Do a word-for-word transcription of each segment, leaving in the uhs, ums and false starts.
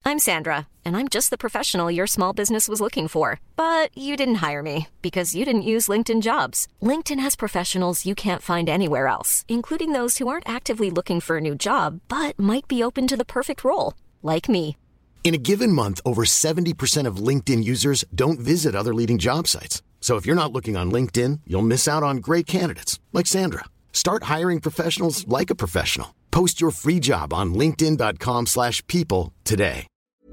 I'm Sandra, and I'm just the professional your small business was looking for. But you didn't hire me because you didn't use LinkedIn Jobs. LinkedIn has professionals you can't find anywhere else, including those who aren't actively looking for a new job, but might be open to the perfect role, like me. In a given month, over seventy percent of LinkedIn users don't visit other leading job sites. So if you're not looking on LinkedIn, you'll miss out on great candidates like Sandra. Start hiring professionals like a professional. Post your free job on linkedin dot com slash people today.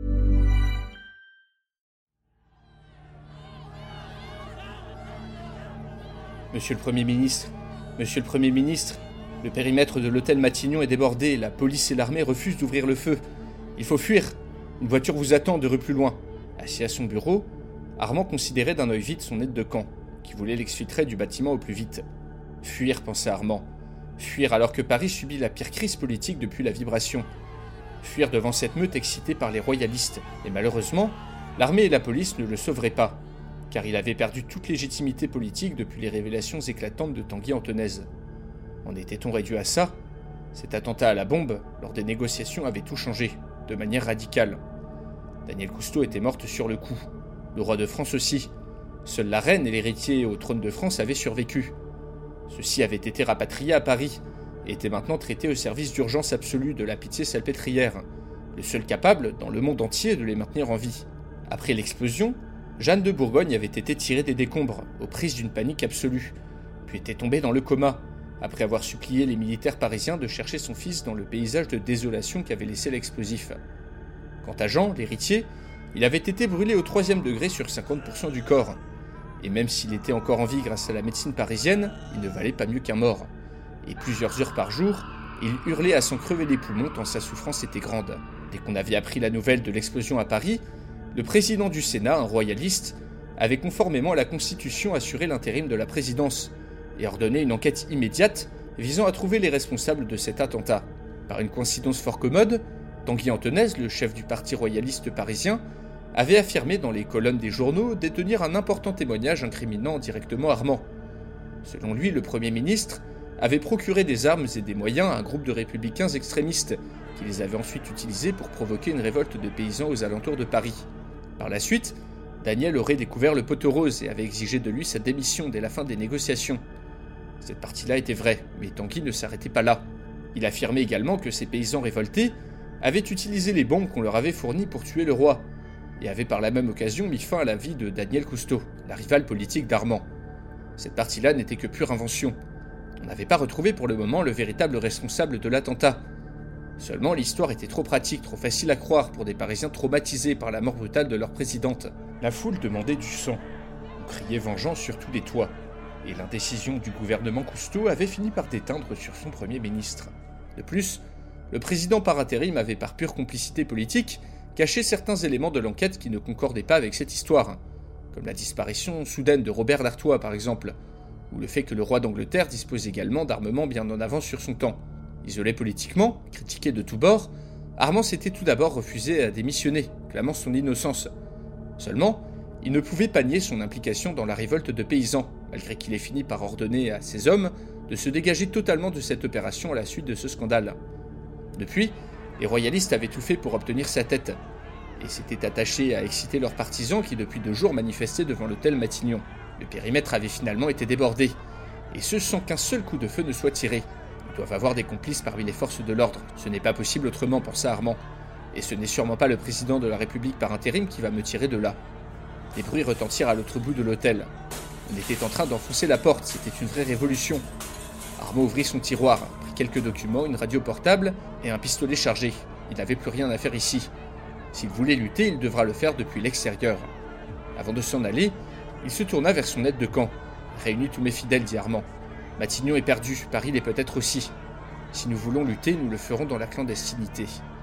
Monsieur le Premier ministre, Monsieur le Premier ministre, le périmètre de l'hôtel Matignon est débordé, la police et l'armée refusent d'ouvrir le feu. Il faut fuir. Une voiture vous attend deux rues plus loin. Assis à son bureau, Armand considérait d'un œil vide son aide de camp, qui voulait l'exfiltrer du bâtiment au plus vite. Fuir, pensait Armand. Fuir alors que Paris subit la pire crise politique depuis la Vibration. Fuir devant cette meute excitée par les royalistes. Et malheureusement, l'armée et la police ne le sauveraient pas, car il avait perdu toute légitimité politique depuis les révélations éclatantes de Tanguy Antonez. En était-on réduit à ça ? Cet attentat à la bombe, lors des négociations, avait tout changé, de manière radicale. Danielle Cousteau était morte sur le coup. Le roi de France aussi. Seule la reine et l'héritier au trône de France avaient survécu. Ceux-ci avaient été rapatriés à Paris et étaient maintenant traités au service d'urgence absolue de la Pitié-Salpêtrière, le seul capable, dans le monde entier, de les maintenir en vie. Après l'explosion, Jeanne de Bourgogne avait été tirée des décombres, aux prises d'une panique absolue, puis était tombée dans le coma, après avoir supplié les militaires parisiens de chercher son fils dans le paysage de désolation qu'avait laissé l'explosif. Quant à Jean, l'héritier, il avait été brûlé au troisième degré sur cinquante pour cent du corps. Et même s'il était encore en vie grâce à la médecine parisienne, il ne valait pas mieux qu'un mort. Et plusieurs heures par jour, il hurlait à s'en crever les poumons tant sa souffrance était grande. Dès qu'on avait appris la nouvelle de l'explosion à Paris, le président du Sénat, un royaliste, avait conformément à la Constitution assuré l'intérim de la présidence et ordonné une enquête immédiate visant à trouver les responsables de cet attentat. Par une coïncidence fort commode, Tanguy Antonez, le chef du parti royaliste parisien, avait affirmé dans les colonnes des journaux détenir un important témoignage incriminant directement Armand. Selon lui, le Premier ministre avait procuré des armes et des moyens à un groupe de républicains extrémistes qui les avait ensuite utilisés pour provoquer une révolte de paysans aux alentours de Paris. Par la suite, Daniel aurait découvert le pot aux roses et avait exigé de lui sa démission dès la fin des négociations. Cette partie-là était vraie, mais Tanguy ne s'arrêtait pas là. Il affirmait également que ces paysans révoltés avaient utilisé les bombes qu'on leur avait fournies pour tuer le roi, et avait par la même occasion mis fin à la vie de Danielle Cousteau, la rivale politique d'Armand. Cette partie-là n'était que pure invention. On n'avait pas retrouvé pour le moment le véritable responsable de l'attentat. Seulement l'histoire était trop pratique, trop facile à croire pour des Parisiens traumatisés par la mort brutale de leur présidente. La foule demandait du sang. On criait vengeance sur tous les toits. Et l'indécision du gouvernement Cousteau avait fini par déteindre sur son Premier ministre. De plus, le président par intérim avait par pure complicité politique caché certains éléments de l'enquête qui ne concordaient pas avec cette histoire, comme la disparition soudaine de Robert d'Artois par exemple, ou le fait que le roi d'Angleterre dispose également d'armements bien en avance sur son temps. Isolé politiquement, critiqué de tous bords, Armand s'était tout d'abord refusé à démissionner, clamant son innocence. Seulement, il ne pouvait pas nier son implication dans la révolte de paysans, malgré qu'il ait fini par ordonner à ses hommes de se dégager totalement de cette opération à la suite de ce scandale. Depuis, les royalistes avaient tout fait pour obtenir sa tête, et s'étaient attachés à exciter leurs partisans qui depuis deux jours manifestaient devant l'hôtel Matignon. Le périmètre avait finalement été débordé, et ce sans qu'un seul coup de feu ne soit tiré. Ils doivent avoir des complices parmi les forces de l'ordre, ce n'est pas possible autrement, pensa Armand, et ce n'est sûrement pas le président de la République par intérim qui va me tirer de là. Des bruits retentirent à l'autre bout de l'hôtel. On était en train d'enfoncer la porte, c'était une vraie révolution. Armand ouvrit son tiroir, prit quelques documents, une radio portable et un pistolet chargé. Il n'avait plus rien à faire ici. S'il voulait lutter, il devra le faire depuis l'extérieur. Avant de s'en aller, il se tourna vers son aide de camp. « Réunis tous mes fidèles, dit Armand. Matignon est perdu, Paris l'est peut-être aussi. Si nous voulons lutter, nous le ferons dans la clandestinité. »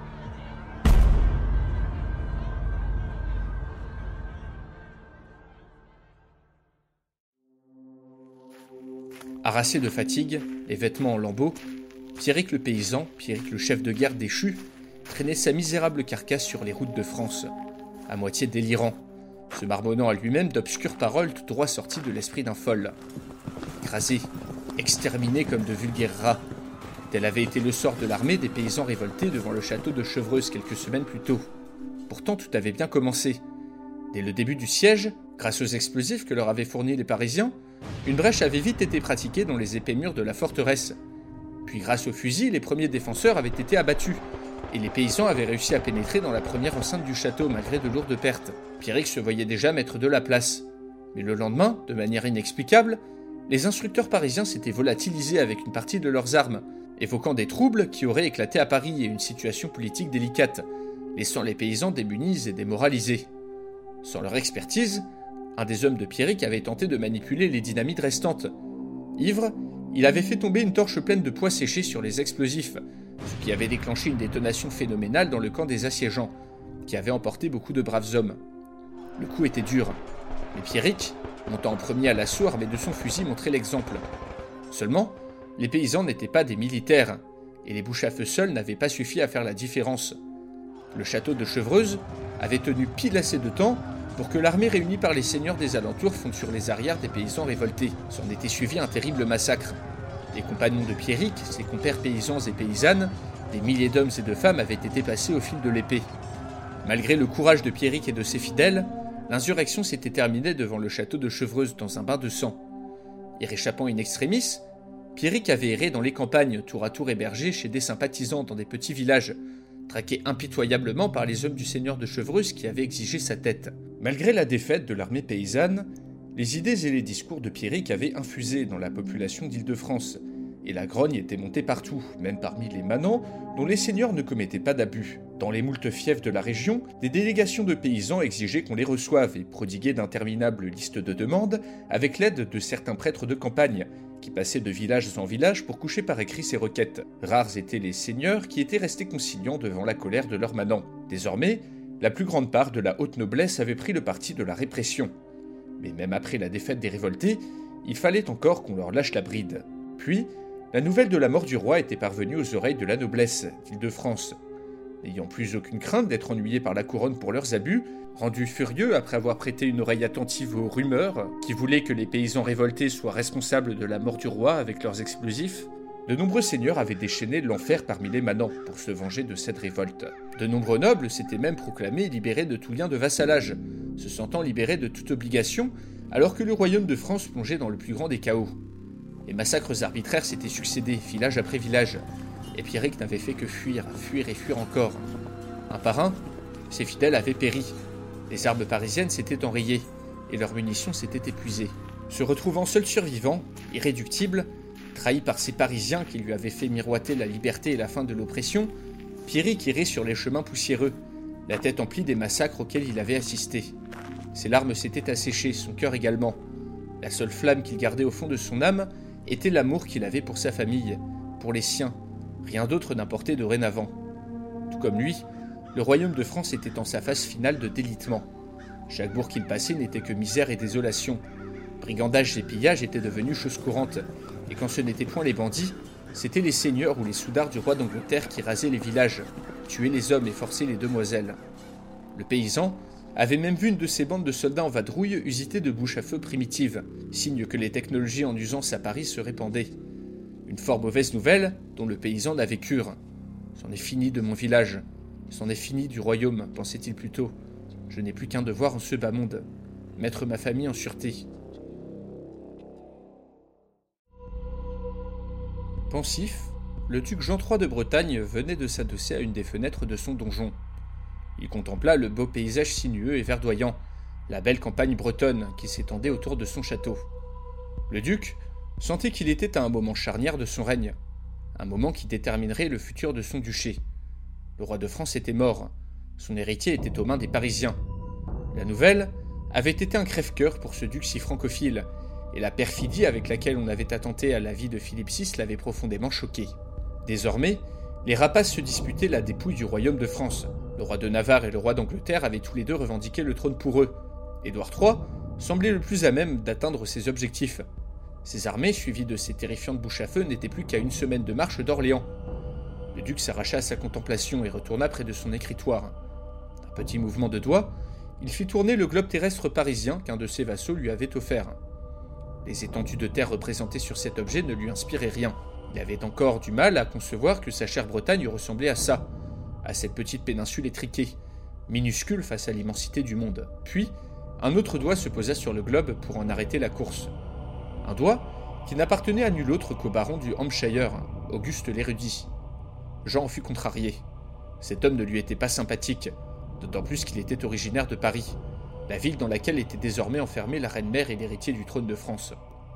Harassé de fatigue, les vêtements en lambeaux, Pierrick le paysan, Pierrick le chef de guerre déchu, traînait sa misérable carcasse sur les routes de France, à moitié délirant, se marmonnant à lui-même d'obscures paroles tout droit sorties de l'esprit d'un fol. Écrasé, exterminé comme de vulgaires rats, tel avait été le sort de l'armée des paysans révoltés devant le château de Chevreuse quelques semaines plus tôt. Pourtant, tout avait bien commencé. Dès le début du siège, grâce aux explosifs que leur avaient fournis les Parisiens, une brèche avait vite été pratiquée dans les épais murs de la forteresse. Puis grâce aux fusils, les premiers défenseurs avaient été abattus, et les paysans avaient réussi à pénétrer dans la première enceinte du château malgré de lourdes pertes. Pierrick se voyait déjà maître de la place. Mais le lendemain, de manière inexplicable, les instructeurs parisiens s'étaient volatilisés avec une partie de leurs armes, évoquant des troubles qui auraient éclaté à Paris et une situation politique délicate, laissant les paysans démunis et démoralisés. Sans leur expertise, un des hommes de Pierrick avait tenté de manipuler les dynamites restantes. Ivre, il avait fait tomber une torche pleine de pois séchés sur les explosifs, ce qui avait déclenché une détonation phénoménale dans le camp des assiégeants, qui avait emporté beaucoup de braves hommes. Le coup était dur, mais Pierrick, montant en premier à l'assaut armé de son fusil, montrait l'exemple. Seulement, les paysans n'étaient pas des militaires, et les bouches à feu seuls n'avaient pas suffi à faire la différence. Le château de Chevreuse avait tenu pile assez de temps pour que l'armée réunie par les seigneurs des alentours fonde sur les arrières des paysans révoltés. S'en était suivi un terrible massacre. Les compagnons de Pierrick, ses compères paysans et paysannes, des milliers d'hommes et de femmes avaient été passés au fil de l'épée. Malgré le courage de Pierrick et de ses fidèles, l'insurrection s'était terminée devant le château de Chevreuse dans un bain de sang. Y réchappant in extremis, Pierrick avait erré dans les campagnes, tour à tour hébergé chez des sympathisants dans des petits villages, traqué impitoyablement par les hommes du seigneur de Chevreuse qui avaient exigé sa tête. Malgré la défaite de l'armée paysanne, les idées et les discours de Pierrick avaient infusé dans la population d'Île-de-France, et la grogne était montée partout, même parmi les manants, dont les seigneurs ne commettaient pas d'abus. Dans les moultes fiefs de la région, des délégations de paysans exigeaient qu'on les reçoive et prodiguaient d'interminables listes de demandes avec l'aide de certains prêtres de campagne, qui passaient de village en village pour coucher par écrit ces requêtes. Rares étaient les seigneurs qui étaient restés conciliants devant la colère de leurs manants. Désormais, la plus grande part de la haute noblesse avait pris le parti de la répression. Mais même après la défaite des révoltés, il fallait encore qu'on leur lâche la bride. Puis, la nouvelle de la mort du roi était parvenue aux oreilles de la noblesse d'Île-de-France. N'ayant plus aucune crainte d'être ennuyés par la couronne pour leurs abus, rendus furieux après avoir prêté une oreille attentive aux rumeurs qui voulaient que les paysans révoltés soient responsables de la mort du roi avec leurs explosifs, de nombreux seigneurs avaient déchaîné l'enfer parmi les manants pour se venger de cette révolte. De nombreux nobles s'étaient même proclamés libérés de tout lien de vassalage, se sentant libérés de toute obligation, alors que le royaume de France plongeait dans le plus grand des chaos. Les massacres arbitraires s'étaient succédés, village après village, et Pierrick n'avait fait que fuir, fuir et fuir encore. Un par un, ses fidèles avaient péri. Les armes parisiennes s'étaient enrayées, et leurs munitions s'étaient épuisées. Se retrouvant seul survivant, irréductible, trahi par ces Parisiens qui lui avaient fait miroiter la liberté et la fin de l'oppression, Pierrick errait sur les chemins poussiéreux, la tête emplie des massacres auxquels il avait assisté. Ses larmes s'étaient asséchées, son cœur également. La seule flamme qu'il gardait au fond de son âme était l'amour qu'il avait pour sa famille, pour les siens. Rien d'autre n'importait dorénavant. Tout comme lui, le royaume de France était en sa phase finale de délitement. Chaque bourg qu'il passait n'était que misère et désolation. Brigandages et pillages étaient devenus chose courante, et quand ce n'était point les bandits, c'étaient les seigneurs ou les soudards du roi d'Angleterre qui rasaient les villages, tuaient les hommes et forçaient les demoiselles. Le paysan avait même vu une de ces bandes de soldats en vadrouille usiter de bouches à feu primitives, signe que les technologies en usance à Paris se répandaient. Une fort mauvaise nouvelle dont le paysan n'avait cure. C'en est fini de mon village, c'en est fini du royaume, pensait-il plutôt. Je n'ai plus qu'un devoir en ce bas monde, mettre ma famille en sûreté. Pensif, le duc Jean trois de Bretagne venait de s'adosser à une des fenêtres de son donjon. Il contempla le beau paysage sinueux et verdoyant, la belle campagne bretonne qui s'étendait autour de son château. Le duc sentait qu'il était à un moment charnière de son règne, un moment qui déterminerait le futur de son duché. Le roi de France était mort, son héritier était aux mains des Parisiens. La nouvelle avait été un crève-cœur pour ce duc si francophile, et la perfidie avec laquelle on avait attenté à la vie de Philippe six l'avait profondément choqué. Désormais, les rapaces se disputaient la dépouille du royaume de France. Le roi de Navarre et le roi d'Angleterre avaient tous les deux revendiqué le trône pour eux. Édouard trois semblait le plus à même d'atteindre ses objectifs. Ses armées, suivies de ses terrifiantes bouches à feu, n'étaient plus qu'à une semaine de marche d'Orléans. Le duc s'arracha à sa contemplation et retourna près de son écritoire. D'un petit mouvement de doigt, il fit tourner le globe terrestre parisien qu'un de ses vassaux lui avait offert. Les étendues de terre représentées sur cet objet ne lui inspiraient rien. Il avait encore du mal à concevoir que sa chère Bretagne ressemblait à ça, à cette petite péninsule étriquée, minuscule face à l'immensité du monde. Puis, un autre doigt se posa sur le globe pour en arrêter la course. Un doigt qui n'appartenait à nul autre qu'au baron du Hampshire, Auguste l'érudit. Jean en fut contrarié. Cet homme ne lui était pas sympathique, d'autant plus qu'il était originaire de Paris, la ville dans laquelle était désormais enfermée la reine-mère et l'héritier du trône de France.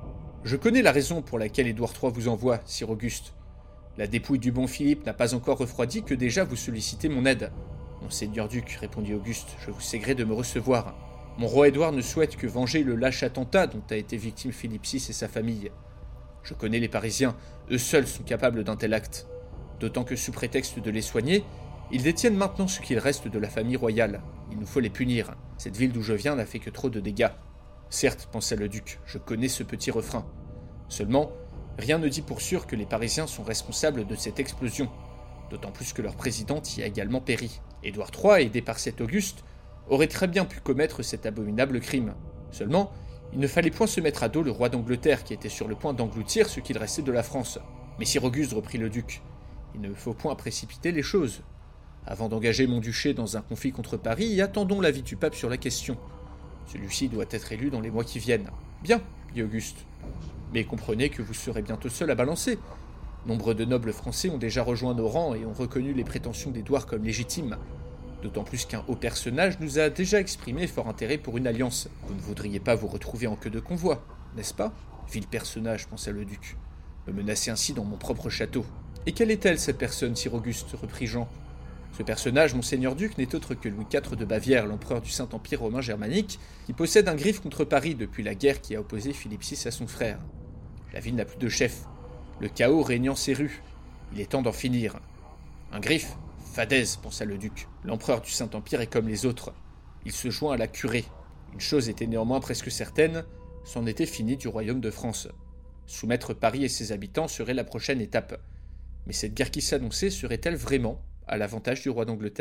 « Je connais la raison pour laquelle Édouard trois vous envoie, sire Auguste. La dépouille du bon Philippe n'a pas encore refroidi que déjà vous sollicitez mon aide. Monseigneur duc, répondit Auguste, je vous sais gré de me recevoir. Mon roi Édouard ne souhaite que venger le lâche attentat dont a été victime Philippe six et sa famille. Je connais les Parisiens, eux seuls sont capables d'un tel acte. D'autant que sous prétexte de les soigner, ils détiennent maintenant ce qu'il reste de la famille royale. Il nous faut les punir. Cette ville d'où je viens n'a fait que trop de dégâts. Certes, pensa le duc, je connais ce petit refrain. Seulement, rien ne dit pour sûr que les Parisiens sont responsables de cette explosion, d'autant plus que leur présidente y a également péri. Édouard trois, aidé par cet Auguste, aurait très bien pu commettre cet abominable crime. Seulement, il ne fallait point se mettre à dos le roi d'Angleterre qui était sur le point d'engloutir ce qu'il restait de la France. Mais sire Auguste, reprit le duc, il ne faut point précipiter les choses. Avant d'engager mon duché dans un conflit contre Paris, attendons l'avis du pape sur la question. Celui-ci doit être élu dans les mois qui viennent. Bien, dit Auguste. Mais comprenez que vous serez bientôt seul à balancer. Nombre de nobles français ont déjà rejoint nos rangs et ont reconnu les prétentions d'Édouard comme légitimes. D'autant plus qu'un haut personnage nous a déjà exprimé fort intérêt pour une alliance. Vous ne voudriez pas vous retrouver en queue de convoi, n'est-ce pas ? Vil personnage, pensa le duc. Me menacer ainsi dans mon propre château. Et quelle est-elle, cette personne, sire Auguste, reprit Jean. Ce personnage, monseigneur duc, n'est autre que Louis quatre de Bavière, l'empereur du Saint-Empire romain germanique, qui possède un griffe contre Paris depuis la guerre qui a opposé Philippe six à son frère. La ville n'a plus de chef. Le chaos régnant ses rues. Il est temps d'en finir. Un griffe ? Fadaise, pensa le duc. L'empereur du Saint-Empire est comme les autres. Il se joint à la curée. Une chose était néanmoins presque certaine, c'en était fini du royaume de France. Soumettre Paris et ses habitants serait la prochaine étape. Mais cette guerre qui s'annonçait serait-elle vraiment à l'avantage du roi d'Angleterre ?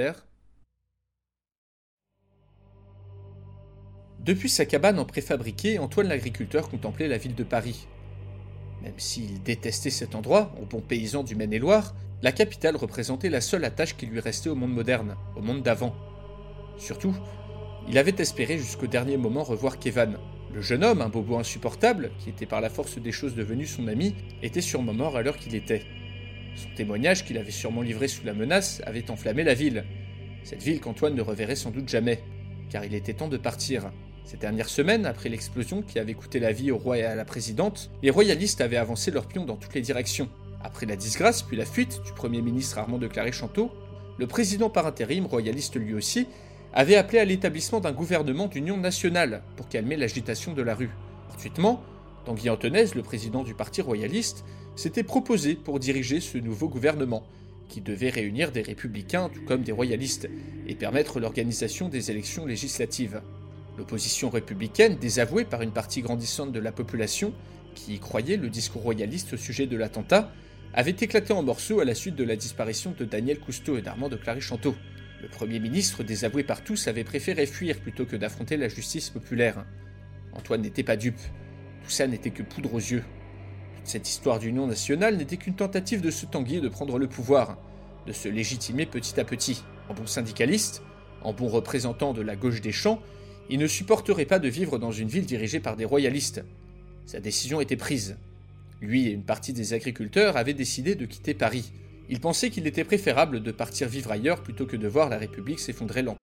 Depuis sa cabane en préfabriqué, Antoine l'agriculteur contemplait la ville de Paris. Même s'il détestait cet endroit, au bon paysan du Maine-et-Loire, la capitale représentait la seule attache qui lui restait au monde moderne, au monde d'avant. Surtout, il avait espéré jusqu'au dernier moment revoir Kévan. Le jeune homme, un bobo insupportable, qui était par la force des choses devenu son ami, était sûrement mort à l'heure qu'il était. Son témoignage, qu'il avait sûrement livré sous la menace, avait enflammé la ville. Cette ville qu'Antoine ne reverrait sans doute jamais, car il était temps de partir. Ces dernières semaines, après l'explosion qui avait coûté la vie au roi et à la présidente, les royalistes avaient avancé leurs pions dans toutes les directions. Après la disgrâce puis la fuite du premier ministre Armand de Claré-Chanteau, le président par intérim, royaliste lui aussi, avait appelé à l'établissement d'un gouvernement d'union nationale pour calmer l'agitation de la rue. Gratuitement, Tanguy Antonez, le président du parti royaliste, s'était proposé pour diriger ce nouveau gouvernement, qui devait réunir des républicains tout comme des royalistes et permettre l'organisation des élections législatives. L'opposition républicaine, désavouée par une partie grandissante de la population, qui y croyait le discours royaliste au sujet de l'attentat, avait éclaté en morceaux à la suite de la disparition de Daniel Cousteau et d'Armand de Claré-Chanteau. Le Premier ministre, désavoué par tous, avait préféré fuir plutôt que d'affronter la justice populaire. Antoine n'était pas dupe. Tout ça n'était que poudre aux yeux. Toute cette histoire d'union nationale n'était qu'une tentative de ce Tanguy de prendre le pouvoir, de se légitimer petit à petit. En bon syndicaliste, en bon représentant de la gauche des champs, il ne supporterait pas de vivre dans une ville dirigée par des royalistes. Sa décision était prise. Lui et une partie des agriculteurs avaient décidé de quitter Paris. Ils pensaient qu'il était préférable de partir vivre ailleurs plutôt que de voir la République s'effondrer lentement.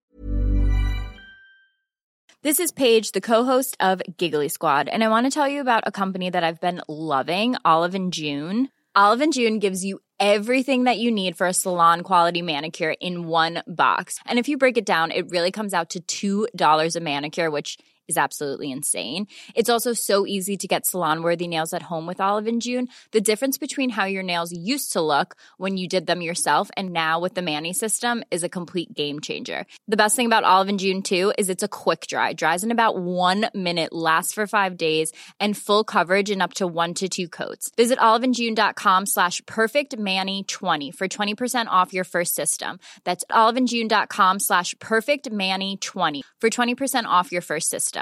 This is Paige, the co-host of Giggly Squad, and I want to tell you about a company that I've been loving, Olive and June. Olive and June gives you everything that you need for a salon-quality manicure in one box. And if you break it down, it really comes out to two dollars a manicure, which is absolutely insane. It's also so easy to get salon-worthy nails at home with Olive and June. The difference between how your nails used to look when you did them yourself and now with the Mani system is a complete game changer. The best thing about Olive and June, too, is it's a quick dry. Dries in about one minute, lasts for five days, and full coverage in up to one to two coats. Visit oliveandjune.com slash perfectmani20 for twenty percent off your first system. That's oliveandjune.com slash perfectmani20 for twenty percent off your first system.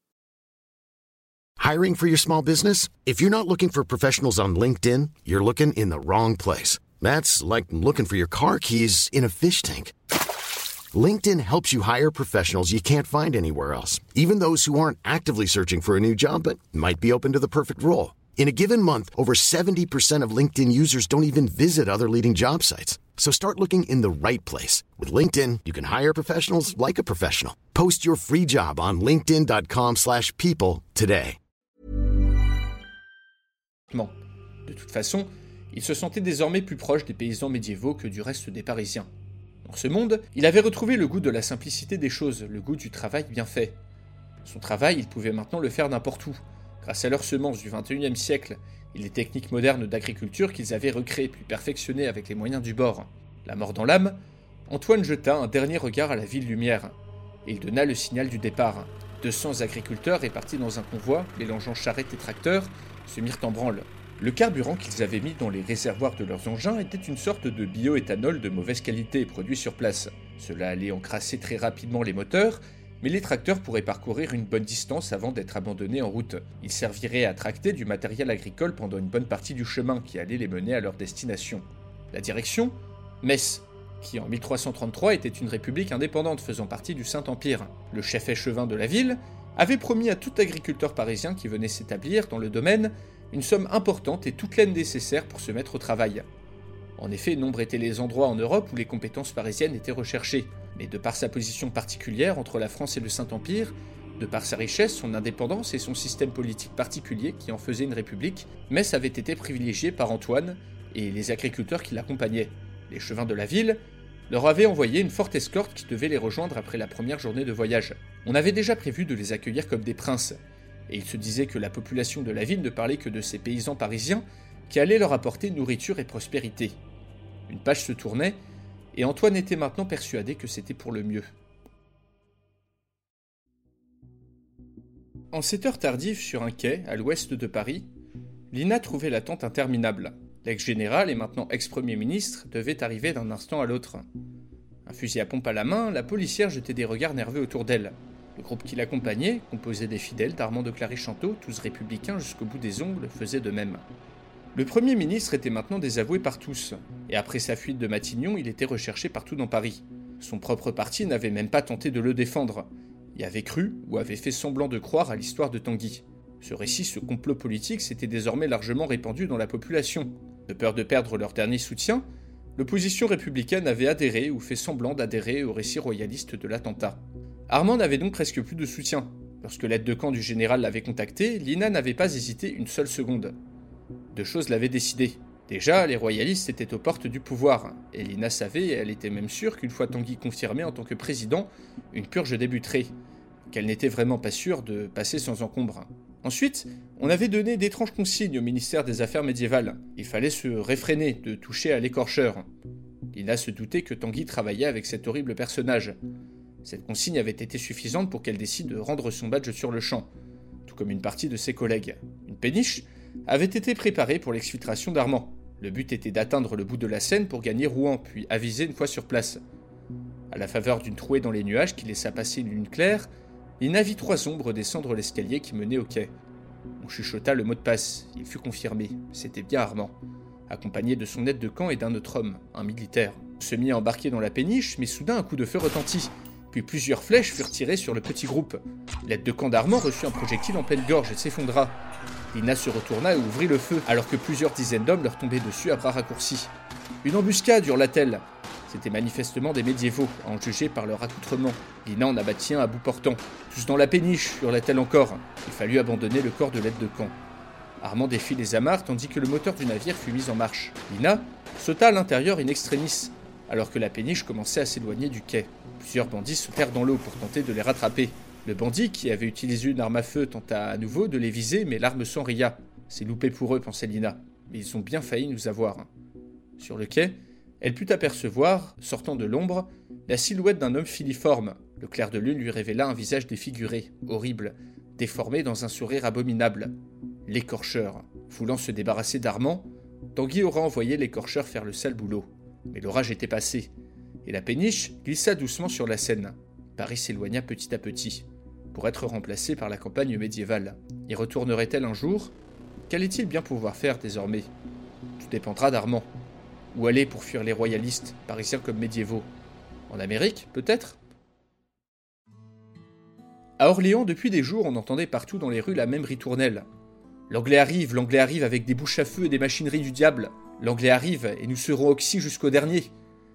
Hiring for your small business? If you're not looking for professionals on LinkedIn, you're looking in the wrong place. That's like looking for your car keys in a fish tank. LinkedIn helps you hire professionals you can't find anywhere else, even those who aren't actively searching for a new job but might be open to the perfect role. In a given month, over seventy percent of LinkedIn users don't even visit other leading job sites. So start looking in the right place. With LinkedIn, you can hire professionals like a professional. Post your free job on linkedin dot com slash people today. De toute façon, il se sentait désormais plus proche des paysans médiévaux que du reste des Parisiens. Dans ce monde, il avait retrouvé le goût de la simplicité des choses, le goût du travail bien fait. Son travail, il pouvait maintenant le faire n'importe où, grâce à leurs semences du vingt et unième siècle et les techniques modernes d'agriculture qu'ils avaient recréées puis perfectionnées avec les moyens du bord. La mort dans l'âme, Antoine jeta un dernier regard à la ville lumière, et il donna le signal du départ. deux cents agriculteurs répartis dans un convoi, mélangeant charrettes et tracteurs, se mirent en branle. Le carburant qu'ils avaient mis dans les réservoirs de leurs engins était une sorte de bioéthanol de mauvaise qualité produit sur place. Cela allait encrasser très rapidement les moteurs, mais les tracteurs pourraient parcourir une bonne distance avant d'être abandonnés en route. Ils serviraient à tracter du matériel agricole pendant une bonne partie du chemin qui allait les mener à leur destination. La direction ? Metz, qui en mille trois cent trente-trois était une république indépendante faisant partie du Saint-Empire. Le chef échevin de la ville avait promis à tout agriculteur parisien qui venait s'établir dans le domaine une somme importante et toute l'aide nécessaire pour se mettre au travail. En effet, nombre étaient les endroits en Europe où les compétences parisiennes étaient recherchées, mais de par sa position particulière entre la France et le Saint-Empire, de par sa richesse, son indépendance et son système politique particulier qui en faisait une république, Metz avait été privilégiée par Antoine et les agriculteurs qui l'accompagnaient. Les l'échevin de la ville leur avait envoyé une forte escorte qui devait les rejoindre après la première journée de voyage. On avait déjà prévu de les accueillir comme des princes, et il se disait que la population de la ville ne parlait que de ces paysans parisiens qui allaient leur apporter nourriture et prospérité. Une page se tournait, et Antoine était maintenant persuadé que c'était pour le mieux. En cette heure tardive, sur un quai, à l'ouest de Paris, Lina trouvait l'attente interminable. L'ex-général et maintenant ex-premier ministre devait arriver d'un instant à l'autre. Un fusil à pompe à la main, la policière jetait des regards nerveux autour d'elle. Le groupe qui l'accompagnait, composé des fidèles d'Armand de Clary-Chanteau, tous républicains jusqu'au bout des ongles, faisait de même. Le Premier ministre était maintenant désavoué par tous, et après sa fuite de Matignon, il était recherché partout dans Paris. Son propre parti n'avait même pas tenté de le défendre, y avait cru ou avait fait semblant de croire à l'histoire de Tanguy. Ce récit, ce complot politique, s'était désormais largement répandu dans la population. De peur de perdre leur dernier soutien, l'opposition républicaine avait adhéré ou fait semblant d'adhérer au récit royaliste de l'attentat. Armand n'avait donc presque plus de soutien. Lorsque l'aide de camp du général l'avait contacté, Lina n'avait pas hésité une seule seconde. Deux choses l'avaient décidé. Déjà, les royalistes étaient aux portes du pouvoir, et Lina savait, et elle était même sûre qu'une fois Tanguy confirmé en tant que président, une purge débuterait, qu'elle n'était vraiment pas sûre de passer sans encombre. Ensuite, on avait donné d'étranges consignes au ministère des Affaires médiévales. Il fallait se réfréner de toucher à l'écorcheur. Lina se doutait que Tanguy travaillait avec cet horrible personnage. Cette consigne avait été suffisante pour qu'elle décide de rendre son badge sur le champ, tout comme une partie de ses collègues. Une péniche avait été préparée pour l'exfiltration d'Armand. Le but était d'atteindre le bout de la Seine pour gagner Rouen, puis aviser une fois sur place. À la faveur d'une trouée dans les nuages qui laissa passer une lune claire, Lina vit trois ombres descendre l'escalier qui menait au quai. On chuchota le mot de passe, il fut confirmé, c'était bien Armand, accompagné de son aide de camp et d'un autre homme, un militaire. On se mit à embarquer dans la péniche, mais soudain un coup de feu retentit, puis plusieurs flèches furent tirées sur le petit groupe. L'aide de camp d'Armand reçut un projectile en pleine gorge et s'effondra. Lina se retourna et ouvrit le feu, alors que plusieurs dizaines d'hommes leur tombaient dessus à bras raccourcis. Une embuscade, hurla-t-elle. C'étaient manifestement des médiévaux, à en juger par leur accoutrement. Lina en abattit un à bout portant. Tous dans la péniche, hurla-t-elle encore. Il fallut abandonner le corps de l'aide de camp. Armand défit les amarres tandis que le moteur du navire fut mis en marche. Lina sauta à l'intérieur in extremis, alors que la péniche commençait à s'éloigner du quai. Plusieurs bandits sautèrent dans l'eau pour tenter de les rattraper. Le bandit, qui avait utilisé une arme à feu, tenta à nouveau de les viser, mais l'arme s'enraya. C'est loupé pour eux, pensait Lina. Mais ils ont bien failli nous avoir. Sur le quai, elle put apercevoir, sortant de l'ombre, la silhouette d'un homme filiforme. Le clair de lune lui révéla un visage défiguré, horrible, déformé dans un sourire abominable. L'écorcheur. Voulant se débarrasser d'Armand, Tanguy aura envoyé l'écorcheur faire le sale boulot. Mais l'orage était passé, et la péniche glissa doucement sur la Seine. Paris s'éloigna petit à petit, pour être remplacé par la campagne médiévale. Y retournerait-elle un jour ? Qu'allait-il bien pouvoir faire désormais ? Tout dépendra d'Armand. Où aller pour fuir les royalistes, parisiens comme médiévaux ? En Amérique, peut-être ? À Orléans, depuis des jours, on entendait partout dans les rues la même ritournelle. L'Anglais arrive, l'Anglais arrive avec des bouches à feu et des machineries du diable. L'Anglais arrive et nous serons oxy jusqu'au dernier.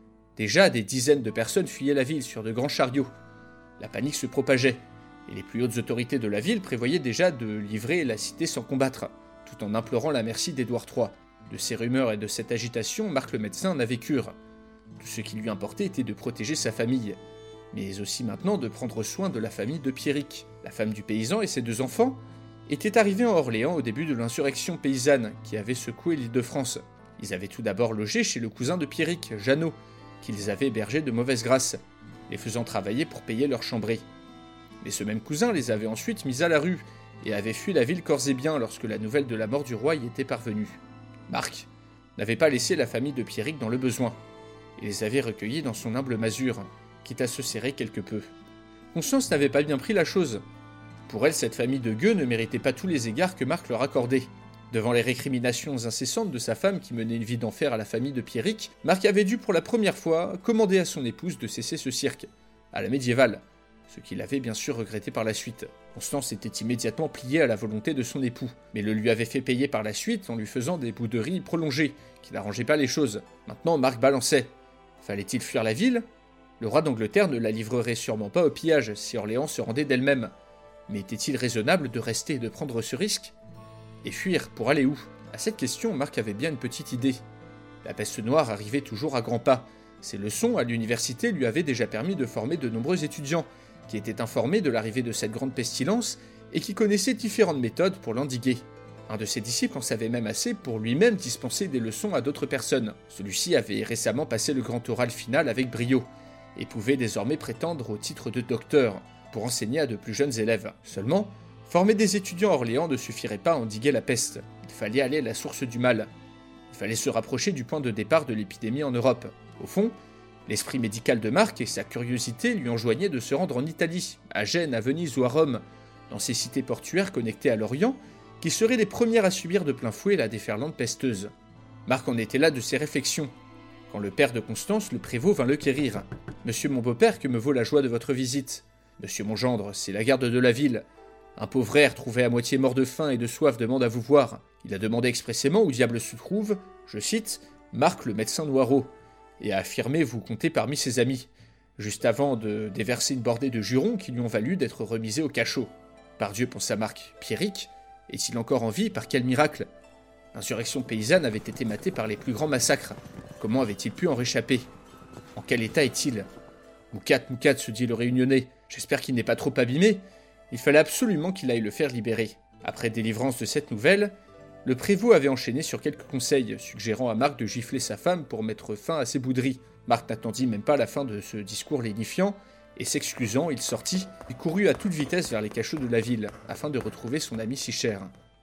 Déjà, des dizaines de personnes fuyaient la ville sur de grands chariots. La panique se propageait, et les plus hautes autorités de la ville prévoyaient déjà de livrer la cité sans combattre, tout en implorant la merci d'Édouard trois. De ces rumeurs et de cette agitation, Marc le médecin n'avait cure. Tout ce qui lui importait était de protéger sa famille, mais aussi maintenant de prendre soin de la famille de Pierrick. La femme du paysan et ses deux enfants étaient arrivés en Orléans au début de l'insurrection paysanne qui avait secoué l'Île-de-France. Ils avaient tout d'abord logé chez le cousin de Pierrick, Jeannot, qu'ils avaient hébergé de mauvaise grâce, les faisant travailler pour payer leur chambrée. Mais ce même cousin les avait ensuite mis à la rue et avait fui la ville corps et biens lorsque la nouvelle de la mort du roi y était parvenue. Marc n'avait pas laissé la famille de Pierrick dans le besoin, et les avait recueillis dans son humble masure, quitte à se serrer quelque peu. Constance n'avait pas bien pris la chose. Pour elle, cette famille de gueux ne méritait pas tous les égards que Marc leur accordait. Devant les récriminations incessantes de sa femme qui menait une vie d'enfer à la famille de Pierrick, Marc avait dû pour la première fois commander à son épouse de cesser ce cirque, à la médiévale, ce qu'il avait bien sûr regretté par la suite. Constance était immédiatement pliée à la volonté de son époux, mais le lui avait fait payer par la suite en lui faisant des bouderies prolongées, qui n'arrangeaient pas les choses. Maintenant, Marc balançait. Fallait-il fuir la ville ? Le roi d'Angleterre ne la livrerait sûrement pas au pillage si Orléans se rendait d'elle-même. Mais était-il raisonnable de rester et de prendre ce risque ? Et fuir, pour aller où ? À cette question, Marc avait bien une petite idée. La peste noire arrivait toujours à grands pas. Ses leçons à l'université lui avaient déjà permis de former de nombreux étudiants, qui étaient informés de l'arrivée de cette grande pestilence et qui connaissaient différentes méthodes pour l'endiguer. Un de ses disciples en savait même assez pour lui-même dispenser des leçons à d'autres personnes. Celui-ci avait récemment passé le grand oral final avec brio, et pouvait désormais prétendre au titre de docteur, pour enseigner à de plus jeunes élèves. Seulement, former des étudiants à Orléans ne suffirait pas à endiguer la peste. Il fallait aller à la source du mal. Il fallait se rapprocher du point de départ de l'épidémie en Europe. Au fond, l'esprit médical de Marc et sa curiosité lui enjoignaient de se rendre en Italie, à Gênes, à Venise ou à Rome, dans ces cités portuaires connectées à l'Orient, qui seraient les premières à subir de plein fouet la déferlante pesteuse. Marc en était là de ses réflexions, quand le père de Constance, le prévôt, vint le quérir. « Monsieur mon beau-père, que me vaut la joie de votre visite ? Monsieur mon gendre, c'est la garde de la ville. Un pauvre air trouvé à moitié mort de faim et de soif demande à vous voir. Il a demandé expressément où diable se trouve, je cite, Marc le médecin Noireau, et a affirmé vous compter parmi ses amis, juste avant de déverser une bordée de jurons qui lui ont valu d'être remisé au cachot. Pardieu, pensa Marc, Pierrick, est-il encore en vie, par quel miracle ? L'insurrection paysanne avait été matée par les plus grands massacres. Comment avait-il pu en réchapper ? En quel état est-il ? Moukat, Moukat, se dit le réunionnais, j'espère qu'il n'est pas trop abîmé. Il fallait absolument qu'il aille le faire libérer. Après délivrance de cette nouvelle, le prévôt avait enchaîné sur quelques conseils, suggérant à Marc de gifler sa femme pour mettre fin à ses bouderies. Marc n'attendit même pas la fin de ce discours lénifiant, et s'excusant, il sortit et courut à toute vitesse vers les cachots de la ville, afin de retrouver son ami si cher.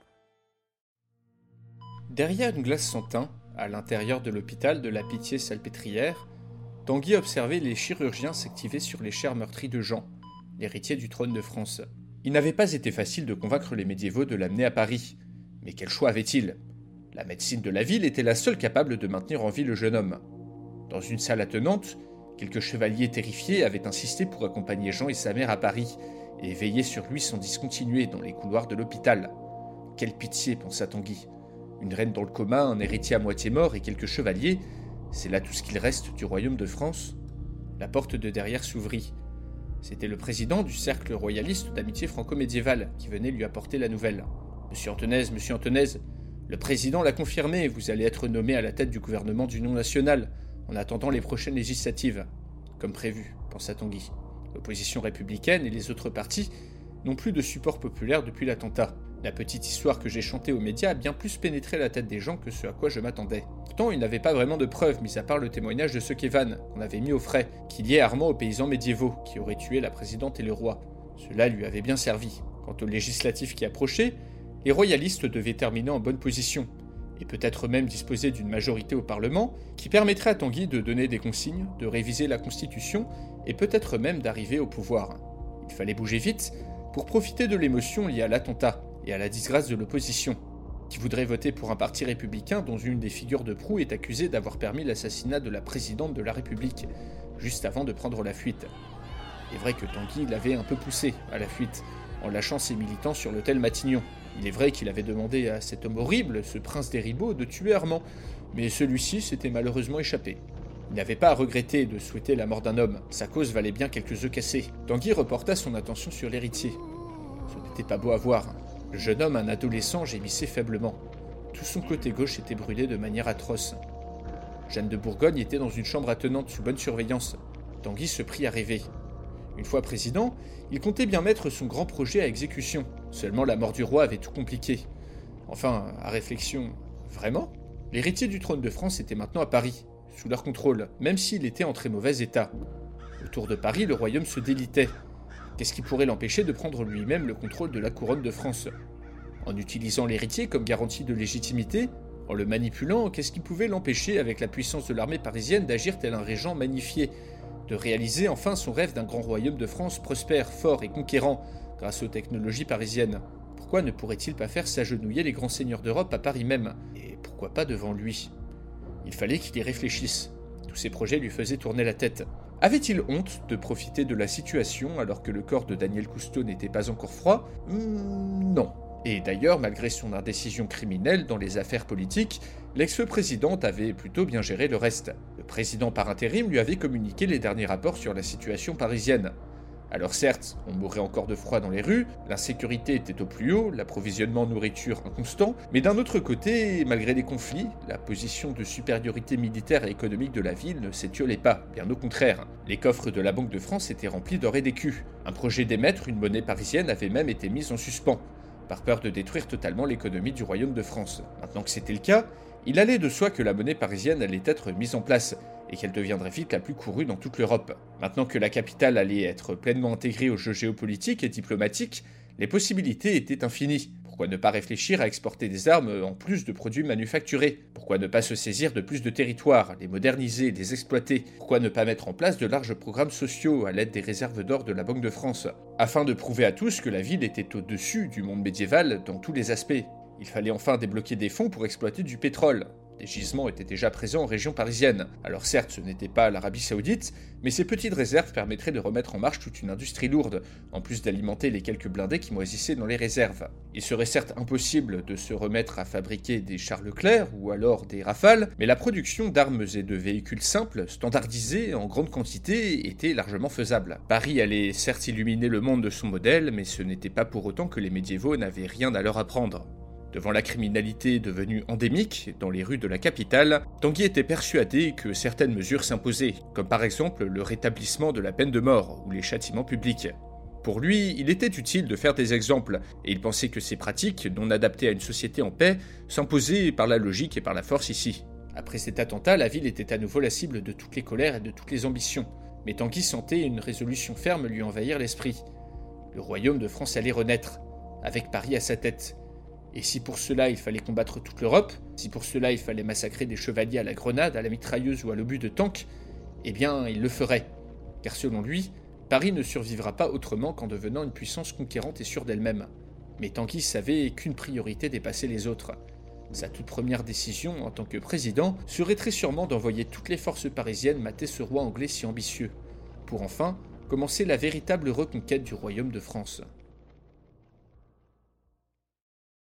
Derrière une glace sans teint, à l'intérieur de l'hôpital de la Pitié-Salpêtrière, Tanguy observait les chirurgiens s'activer sur les chairs meurtries de Jean, l'héritier du trône de France. Il n'avait pas été facile de convaincre les médiévaux de l'amener à Paris, mais quel choix avait-il ? La médecine de la ville était la seule capable de maintenir en vie le jeune homme. Dans une salle attenante, quelques chevaliers terrifiés avaient insisté pour accompagner Jean et sa mère à Paris et veiller sur lui sans discontinuer dans les couloirs de l'hôpital. Quelle pitié, pensa Tanguy. Une reine dans le coma, un héritier à moitié mort et quelques chevaliers, c'est là tout ce qu'il reste du royaume de France. La porte de derrière s'ouvrit. C'était le président du cercle royaliste d'amitié franco-médiévale qui venait lui apporter la nouvelle. « Monsieur Antonez, monsieur Antonez, le président l'a confirmé, vous allez être nommé à la tête du gouvernement d'union nationale, en attendant les prochaines législatives. » Comme prévu, pensa Tanguy. L'opposition républicaine et les autres partis n'ont plus de support populaire depuis l'attentat. La petite histoire que j'ai chantée aux médias a bien plus pénétré la tête des gens que ce à quoi je m'attendais. Pourtant, il n'avait pas vraiment de preuves, mis à part le témoignage de ce qu'Evan, qu'on avait mis au frais, qui liait Armand aux paysans médiévaux, qui auraient tué la présidente et le roi. Cela lui avait bien servi. Quant aux législatives qui approchaient, les royalistes devaient terminer en bonne position, et peut-être même disposer d'une majorité au Parlement, qui permettrait à Tanguy de donner des consignes, de réviser la Constitution, et peut-être même d'arriver au pouvoir. Il fallait bouger vite, pour profiter de l'émotion liée à l'attentat, et à la disgrâce de l'opposition, qui voudrait voter pour un parti républicain dont une des figures de proue est accusée d'avoir permis l'assassinat de la présidente de la République, juste avant de prendre la fuite. Il est vrai que Tanguy l'avait un peu poussé à la fuite, en lâchant ses militants sur l'hôtel Matignon. Il est vrai qu'il avait demandé à cet homme horrible, ce prince des ribauds, de tuer Armand, mais celui-ci s'était malheureusement échappé. Il n'avait pas à regretter de souhaiter la mort d'un homme, sa cause valait bien quelques œufs cassés. Tanguy reporta son attention sur l'héritier. Ce n'était pas beau à voir. Le jeune homme, un adolescent, gémissait faiblement. Tout son côté gauche était brûlé de manière atroce. Jeanne de Bourgogne était dans une chambre attenante sous bonne surveillance. Tanguy se prit à rêver. Une fois président, il comptait bien mettre son grand projet à exécution. Seulement la mort du roi avait tout compliqué. Enfin, à réflexion, vraiment ? L'héritier du trône de France était maintenant à Paris, sous leur contrôle, même s'il était en très mauvais état. Autour de Paris, le royaume se délitait. Qu'est-ce qui pourrait l'empêcher de prendre lui-même le contrôle de la couronne de France ? En utilisant l'héritier comme garantie de légitimité, en le manipulant, qu'est-ce qui pouvait l'empêcher, avec la puissance de l'armée parisienne, d'agir tel un régent magnifié, de réaliser enfin son rêve d'un grand royaume de France prospère, fort et conquérant, grâce aux technologies parisiennes ? Pourquoi ne pourrait-il pas faire s'agenouiller les grands seigneurs d'Europe à Paris même ? Et pourquoi pas devant lui ? Il fallait qu'il y réfléchisse. Tous ces projets lui faisaient tourner la tête. Avait-il honte de profiter de la situation alors que le corps de Daniel Cousteau n'était pas encore froid ? mmh, Non. Et d'ailleurs, malgré son indécision criminelle dans les affaires politiques, l'ex-président avait plutôt bien géré le reste. Le président par intérim lui avait communiqué les derniers rapports sur la situation parisienne. Alors certes, on mourait encore de froid dans les rues, l'insécurité était au plus haut, l'approvisionnement en nourriture inconstant, mais d'un autre côté, malgré les conflits, la position de supériorité militaire et économique de la ville ne s'étiolait pas, bien au contraire. Les coffres de la Banque de France étaient remplis d'or et d'écus. Un projet d'émettre une monnaie parisienne avait même été mis en suspens, par peur de détruire totalement l'économie du royaume de France. Maintenant que c'était le cas, il allait de soi que la monnaie parisienne allait être mise en place, et qu'elle deviendrait vite la plus courue dans toute l'Europe. Maintenant que la capitale allait être pleinement intégrée au jeu géopolitique et diplomatique, les possibilités étaient infinies. Pourquoi ne pas réfléchir à exporter des armes en plus de produits manufacturés ? Pourquoi ne pas se saisir de plus de territoires, les moderniser, les exploiter ? Pourquoi ne pas mettre en place de larges programmes sociaux à l'aide des réserves d'or de la Banque de France, afin de prouver à tous que la ville était au-dessus du monde médiéval dans tous les aspects ? Il fallait enfin débloquer des fonds pour exploiter du pétrole. Des gisements étaient déjà présents en région parisienne. Alors certes, ce n'était pas l'Arabie Saoudite, mais ces petites réserves permettraient de remettre en marche toute une industrie lourde, en plus d'alimenter les quelques blindés qui moisissaient dans les réserves. Il serait certes impossible de se remettre à fabriquer des chars Leclerc ou alors des Rafales, mais la production d'armes et de véhicules simples, standardisés en grande quantité, était largement faisable. Paris allait certes illuminer le monde de son modèle, mais ce n'était pas pour autant que les médiévaux n'avaient rien à leur apprendre. Devant la criminalité devenue endémique dans les rues de la capitale, Tanguy était persuadé que certaines mesures s'imposaient, comme par exemple le rétablissement de la peine de mort ou les châtiments publics. Pour lui, il était utile de faire des exemples, et il pensait que ces pratiques, non adaptées à une société en paix, s'imposaient par la logique et par la force ici. Après cet attentat, la ville était à nouveau la cible de toutes les colères et de toutes les ambitions, mais Tanguy sentait une résolution ferme lui envahir l'esprit. Le royaume de France allait renaître, avec Paris à sa tête. Et si pour cela il fallait combattre toute l'Europe, si pour cela il fallait massacrer des chevaliers à la grenade, à la mitrailleuse ou à l'obus de tank, eh bien il le ferait. Car selon lui, Paris ne survivra pas autrement qu'en devenant une puissance conquérante et sûre d'elle-même. Mais Tanguy savait qu'une priorité dépassait les autres. Sa toute première décision en tant que président serait très sûrement d'envoyer toutes les forces parisiennes mater ce roi anglais si ambitieux, pour enfin commencer la véritable reconquête du royaume de France.